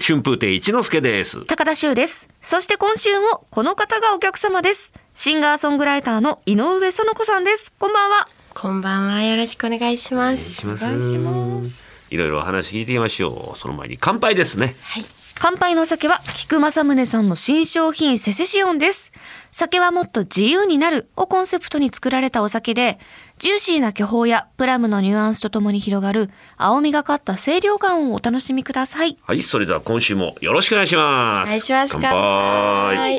春風亭一之輔です。 高田修です。そして今週もこの方がお客様です。シンガーソングライターの井上園子さんです。こんばんは。 こんばんは。よろしくお願いします。 お願いします。いろいろお話聞いてみましょう。その前に乾杯ですね。 はい。 乾杯のお酒は菊正宗さんの新商品セセシオンです。酒はもっと自由になるをコンセプトに作られたお酒で、ジューシーな巨峰やプラムのニュアンスとともに広がる青みがかった清涼感をお楽しみください。 はい、それでは今週もよろしくお願いします。 お願いします。 乾杯。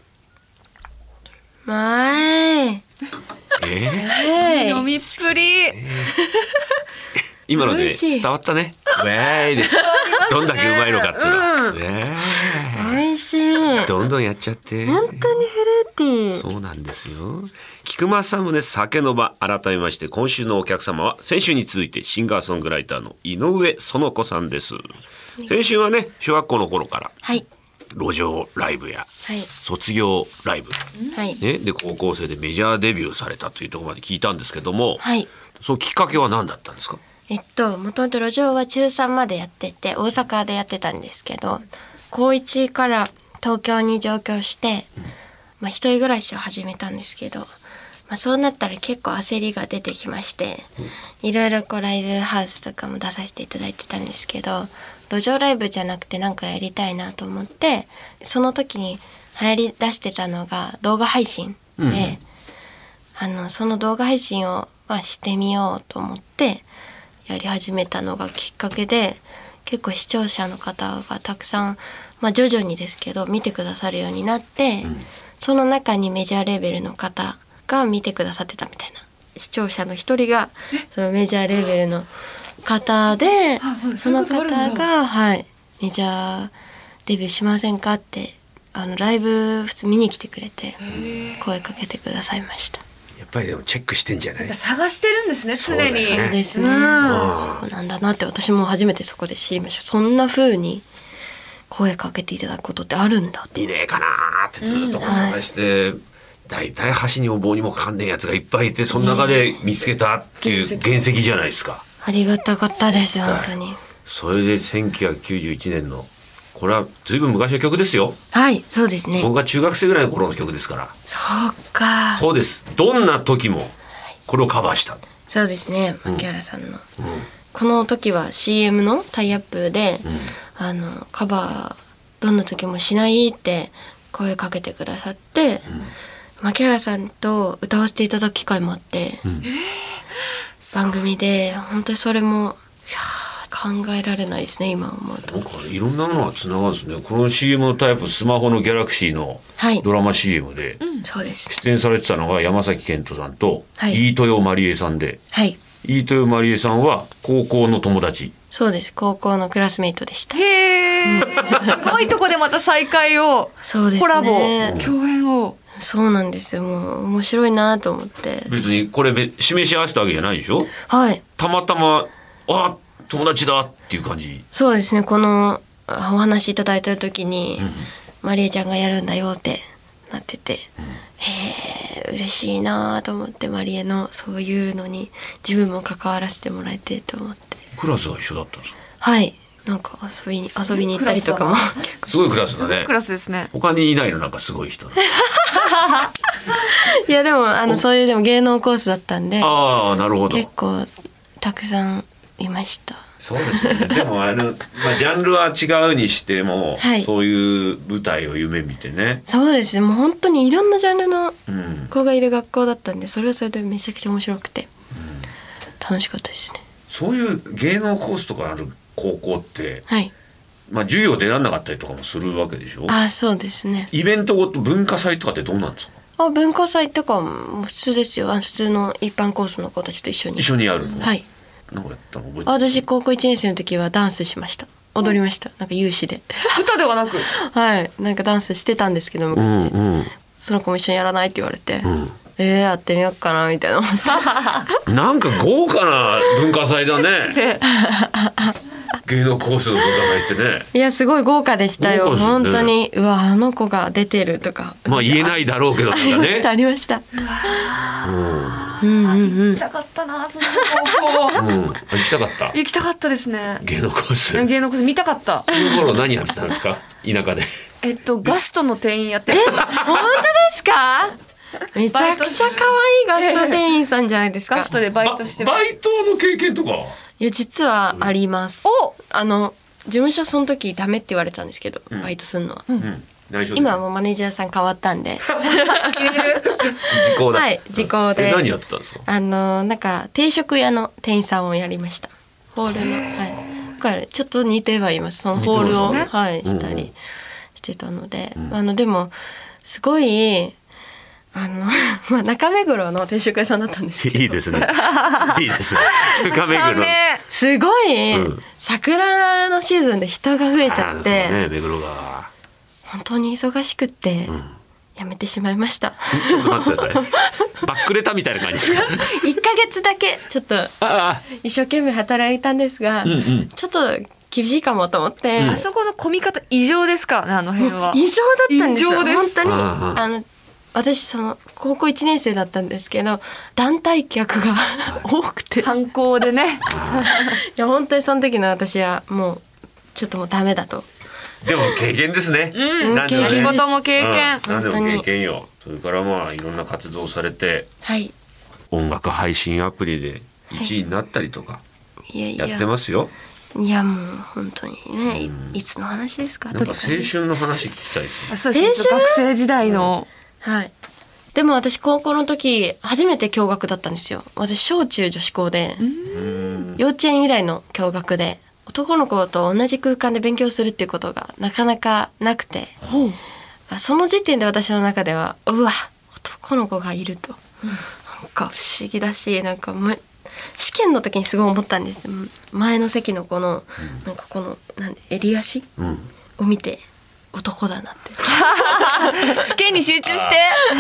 飲みっぷり。 今ので伝わったね。ウェーイでどんだけうまいのかっつうの。 美味しい。 どんどんやっちゃって。 本当にフルーティー。 そうなんですよ。菊正宗酒の場、改めまして今週のお客様は先週に続いてシンガーソングライターの井上園子さんです。先週はね、小学校の頃から、 はい、 路上ライブや、 はい、 卒業ライブ、 はいね、で高校生でメジャーデビューされたというところまで聞いたんですけども、 はい、 そのきっかけは何だったんですか？ もともと路上は中3までやってて大阪でやってたんですけど、高1から東京に上京して、一人暮らしを始めたんですけど、そうなったら結構焦りが出てきまして、いろいろライブハウスとかも出させていただいてたんですけど、路上ライブじゃなくてなんかやりたいなと思って、その時に流行り出してたのが動画配信で、その動画配信をしてみようと思ってやり始めたのがきっかけで、結構視聴者の方がたくさん、徐々にですけど見てくださるようになって、その中にメジャーレベルの方が見てくださってたみたいな、視聴者の一人がそのメジャーレベルの方で、その方が、メジャーデビューしませんかってライブ普通見に来てくれて声かけてくださいました。 やっぱりでもチェックしてんじゃない？ 探してるんですね、常に。 そうですね。そうなんだなって私も初めてそこで知りました。そんな風に声かけていただくことってあるんだって。 いねえかなってずっと探して、だいたい箸にも棒にもかかんねえやつがいっぱいいて、その中で見つけたっていう原石じゃないですか。 ありがたかったです本当に。 それで1991年のこれはずいぶん昔の曲ですよ。 はい、そうですね。 僕が中学生ぐらいの頃の曲ですから。 そうか。 そうです。どんな時もこれをカバーした。 そうですね。牧原さんの、この時は CM のタイアップで、カバーどんな時もしないって声かけてくださって、牧原さんと歌わせていただく機会もあって、番組で本当にそれも考えられないですね今思うと。 なんかいろんなものがつながるんですね。この CM のタイプ、スマホのギャラクシーのドラマ CM でそうです。 出演されてたのが山崎賢人さんと飯豊まりえさんで、飯豊まりえさんは高校の友達。 そうです。高校のクラスメイトでした。 へー、すごいとこでまた再会をそうですね、 コラボ、共演を。 そうなんですよ。もう面白いなと思って。 別にこれ示し合わせたわけじゃないでしょ？ はい。 たまたま友達だっていう感じ。 そうですね。このお話いただいた時に、マリエちゃんがやるんだよってなってて、嬉しいなと思って、マリエのそういうのに自分も関わらせてもらえてと思って。 クラスが一緒だったんですか？ はい。なんか遊びに行ったりとかも。 すごいクラスだね。 すごいクラスですね。 他にいないのなんかすごい人。 いやでもそういうでも芸能コースだったんで。 なるほど。 結構たくさんいました。 そうですね。でもジャンルは違うにしても、そういう舞台を夢見てね。 そうです。もう本当にいろんなジャンルの子がいる学校だったんで、それはそれでめちゃくちゃ面白くて、楽しかったですね。 そういう芸能コースとかある高校って、授業出らんなかったりとかもするわけでしょ？ そうですね。 イベントごと文化祭とかってどうなんですか？ 文化祭とかも普通ですよ。普通の一般コースの子たちと一緒にやるの？ はい。 なんかやったの覚えてる？ 私高校1年生の時はダンスしました。踊りました。なんか有志で。 歌ではなくはい。なんかダンスしてたんですけど昔、その子も一緒にやらないって言われて、やってみようかなみたいな思って。 なんか豪華な文化祭だね。 芸能コースの文化祭ってね。 いやすごい豪華でしたよ、 豪華ですよね本当に。うわあの子が出てるとかまあ言えないだろうけどなんかね。 ありました。 行きたかったな、その高校。 行きたかった。 行きたかったですね。 芸能コース。 芸能コース見たかった。 その頃何やってたんですか、田舎で。 ガストの店員やってる。 本当ですか？めちゃくちゃ可愛いガスト店員さんじゃないですか。 ガストでバイトしてます。 バイトの経験とか。 いや実はあります。 お、 事務所その時ダメって言われてたんですけど、バイトするのは。今はもうマネージャーさん変わったんで。 時効だ。 はい、時効で。 何やってたんですか。 なんか定食屋の店員さんをやりました。ホールの、はい。だからちょっと似てはいます。そのホールを、はい、したりしてたので、でもすごい。まあ、中目黒の定食屋さんだったんですけど。 いいですね。いいですね。中目黒。 すごい、桜のシーズンで人が増えちゃって。 ね、目黒が。 本当に忙しくって、やめてしまいました。 ちょっと待ってください。バックレたみたいな感じですか。 1ヶ月だけ、ちょっと、一生懸命働いたんですが、ちょっと、厳しいかもと思って、 あそこの混み方異常ですからね、あの辺は。 異常だったんですよ。 異常です。 本当に。私高校1年生だったんですけど団体客が多くて観光でねいや本当にその時の私はもうちょっともうダメだと。 でも経験ですね。 仕事も経験。 何でも経験よ。それからまあいろんな活動されて、 はい、 音楽配信アプリで1位になったりとかやってますよ。 いやもう本当にね、いつの話ですか。 なんか青春の話聞きたいですね。 そうですね、学生時代の。 はい。でも私高校の時初めて共学だったんですよ。私小中女子校で幼稚園以来の共学で男の子と同じ空間で勉強するっていうことがなかなかなくて、その時点で私の中ではうわ男の子がいると、なんか不思議だし、なんか試験の時にすごい思ったんです。前の席の子のなんかこの襟足を見て。男だなって試験に集中して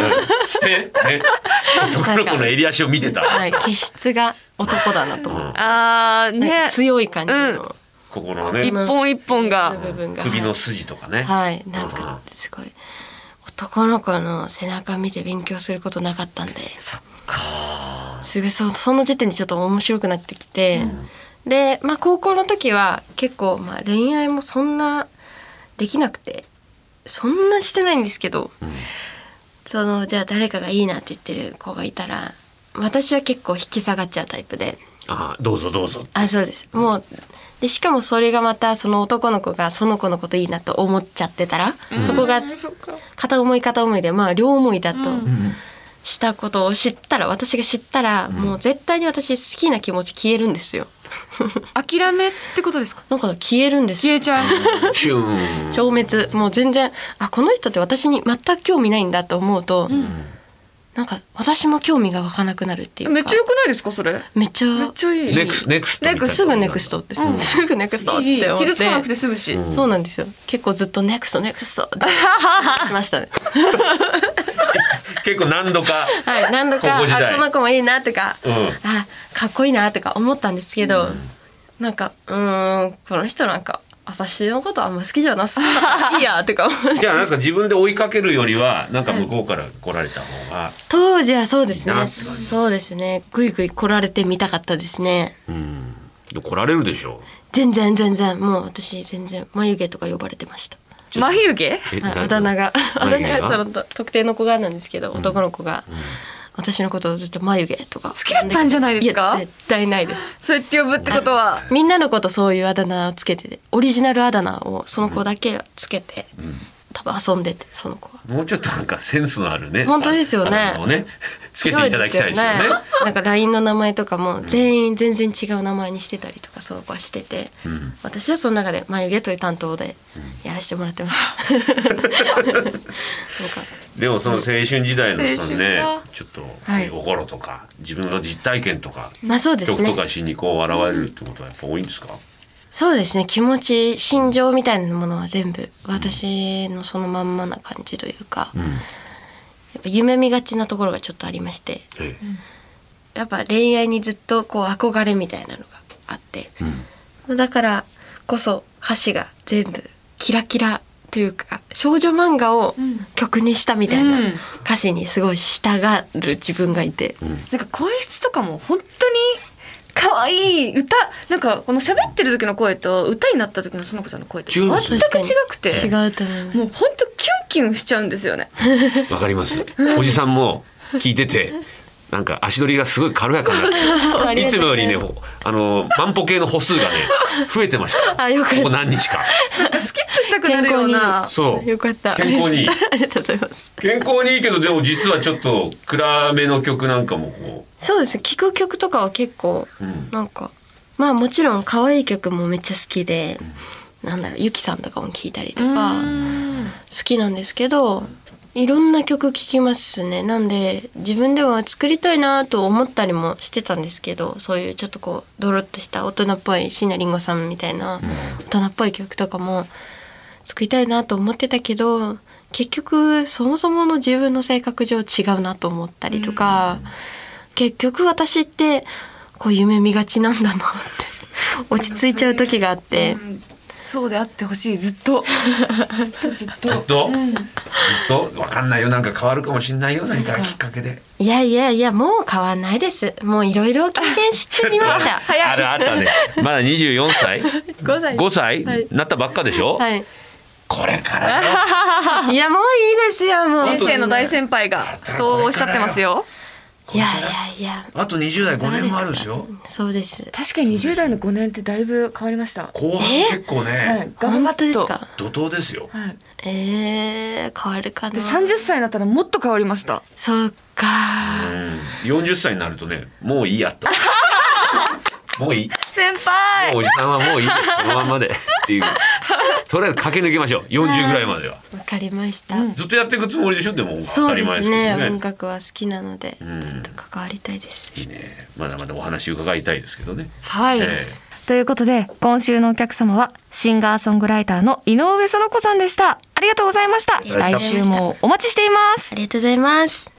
男の子の襟足を見てた。 はい、気質が男だなと思って、 ね、 強い感じの、 ここのね一本一本が首の筋とかね、 はいなんかすごい男の子の背中見て勉強することなかったんで、 そっか、 すぐその時点でちょっと面白くなってきて、でまあ高校の時は結構まあ恋愛もそんなできなくてそんなしてないんですけど、じゃあ誰かがいいなって言ってる子がいたら私は結構引き下がっちゃうタイプで、 どうぞどうぞ。 そうです。もうでしかもそれがまたその男の子がその子のこといいなと思っちゃってたら、そこが片思いでまあ両思いだとしたことを私が知ったら、もう絶対に私好きな気持ち消えるんですよ。 諦めってことですか。 なんか消えるんですよ。 消えちゃう。 消滅。もう全然この人って私に全く興味ないんだと思うと、なんか私も興味が湧かなくなるっていうか。 めっちゃ良くないですかそれ。 めっちゃいい。 ネクストすぐネクストです。すぐネクストって思って。 傷つかなくて済むし。 そうなんですよ。結構ずっとネクストってしましたね。 結構何度か、 何度かこの子もいいなとか、かっこいいなとか思ったんですけど、なんかこの人なんか私のことあんま好きじゃなさそうだからいいやとか思って。 じゃあなんか自分で追いかけるよりはなんか向こうから来られた方が、 当時はそうですね。そうですね。ぐいぐい来られてみたかったですね。 来られるでしょう。 全然もう私全然眉毛とか呼ばれてました。 眉毛？ あだ名がその特定の子がなんですけど、男の子が私のことをずっと眉毛とか好きだったんじゃないですか。 いや絶対ないです。 そうやって呼ぶってことは、 みんなのことそういうあだ名をつけてて、オリジナルあだ名をその子だけつけて、多分遊んでて、その子はもうちょっとなんかセンスのあるね、 本当ですよね、 つけていただきたいですよね。 なんか LINE の名前とかも全然違う名前にしてたりとかその子はしてて、私はその中で眉毛という担当でやらせてもらってます。なんかでもその青春時代のそのね、ちょっと心とか自分の実体験とか、 そうですね、 曲とか詩にこう現れるってことはやっぱ多いんですか。 そうですね、気持ち心情みたいなものは全部私のそのまんまな感じというか、やっぱ夢見がちなところがちょっとありまして、やっぱ恋愛にずっとこう憧れみたいなのがあって、だからこそ歌詞が全部キラキラというか少女漫画を曲にしたみたいな歌詞にすごい従る自分がいて、 なんか声質とかも本当に可愛い歌、なんかこの喋ってる時の声と歌になった時のその子ちゃんの声って全く違くて、 違うと思います。 もう本当キュンキュンしちゃうんですよね。 わかります。おじさんも聞いててなんか足取りがすごい軽やかになっていつもよりね万歩計の歩数がね増えてました。 よかった。 ここ何日かスキップしたくなるような。 そうよかった。 健康にいい。 ありがとうございます。 健康にいいけどでも実はちょっと暗めの曲なんかもこう。 そうです。聴く曲とかは結構、なんかまあもちろん可愛い曲もめっちゃ好きで、なんだろうゆきさんとかも聴いたりとか好きなんですけど。いろんな曲聴きますね。なんで自分では作りたいなと思ったりもしてたんですけど、そういうちょっとこうドロッとした大人っぽい椎名林檎さんみたいな大人っぽい曲とかも作りたいなと思ってたけど、結局そもそもの自分の性格上違うなと思ったりとか、結局私ってこう夢見がちなんだなって落ち着いちゃう時があって、 そうであってほしい。ずっとずっと分かんないよ。なんか変わるかもしれないよ。何かきっかけで。 いやもう変わんないです。もういろいろ経験してみました。 あったね。まだ24歳 5歳はい、なったばっかでしょ、はい、これからいやもういいですよ。もう人生の大先輩がそうおっしゃってますよ。 いやあと20代5年もあるんですよ。 そうです。 確かに20代の5年ってだいぶ変わりました。 後半結構ね、 本当ですか。 怒涛ですよ。 変わるかな。 で30歳になったらもっと変わりました。 そうか。 40歳になるとねもういいやともういい先輩もうおじさんはもういいですこのままでっていうとりあえず駆け抜けましょう40ぐらいまでは。 わかりました、 ずっとやっていくつもりでしょ。でも当たり前ですけどね。 そうですね。音楽は好きなのでずっと関わりたいです。 いいね。まだまだお話伺いたいですけどね。 はい、ということで今週のお客様はシンガーソングライターの井上園子さんでした。ありがとうございました。来週もお待ちしています。 ありがとうございます。